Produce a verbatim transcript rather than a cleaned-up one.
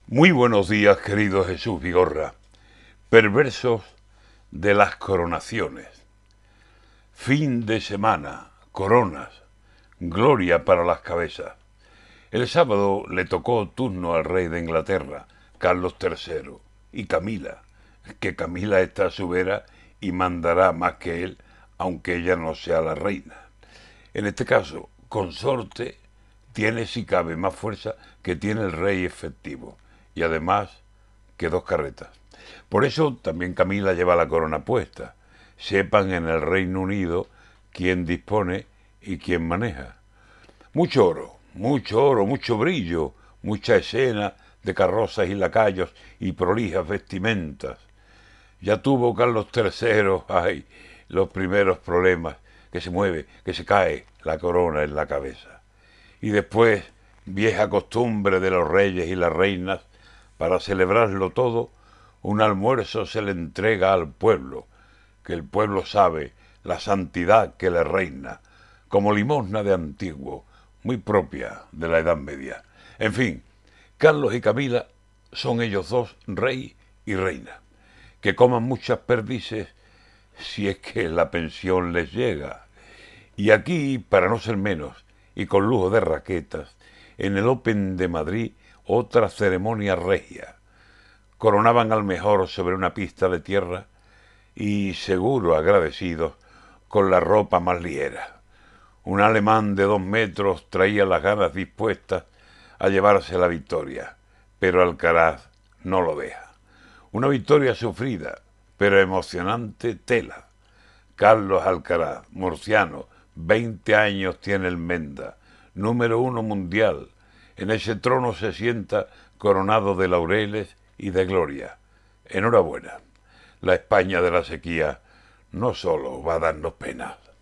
Muy buenos días, querido Jesús Vigorra. Perversos de las coronaciones. Fin de semana, coronas, gloria para las cabezas. El sábado le tocó turno al rey de Inglaterra, Carlos tercero, y Camila, que Camila está a su vera y mandará más que él, aunque ella no sea la reina. En este caso, consorte tiene si cabe más fuerza que tiene el rey efectivo, y además que dos carretas. Por eso también Camila lleva la corona puesta. Sepan en el Reino Unido quién dispone y quién maneja. Mucho oro, mucho oro, mucho brillo, mucha escena de carrozas y lacayos y prolijas vestimentas. Ya tuvo Carlos tercero, ay, los primeros problemas, que se mueve, que se cae la corona en la cabeza. Y después, vieja costumbre de los reyes y las reinas, para celebrarlo todo, un almuerzo se le entrega al pueblo, que el pueblo sabe la santidad que le reina, como limosna de antiguo, muy propia de la Edad Media. En fin, Carlos y Camila son ellos dos rey y reina. Que coman muchas perdices si es que la pensión les llega. Y aquí, para no ser menos, y con lujo de raquetas, en el Open de Madrid, otra ceremonia regia. Coronaban al mejor sobre una pista de tierra y, seguro agradecidos, con la ropa más ligera. Un alemán de dos metros traía las ganas dispuestas a llevarse la victoria, pero Alcaraz no lo deja. Una victoria sufrida, pero emocionante tela. Carlos Alcaraz, murciano, veinte años tiene el Menda, número uno mundial. En ese trono se sienta coronado de laureles y de gloria. Enhorabuena. La España de la sequía no solo va a darnos penas.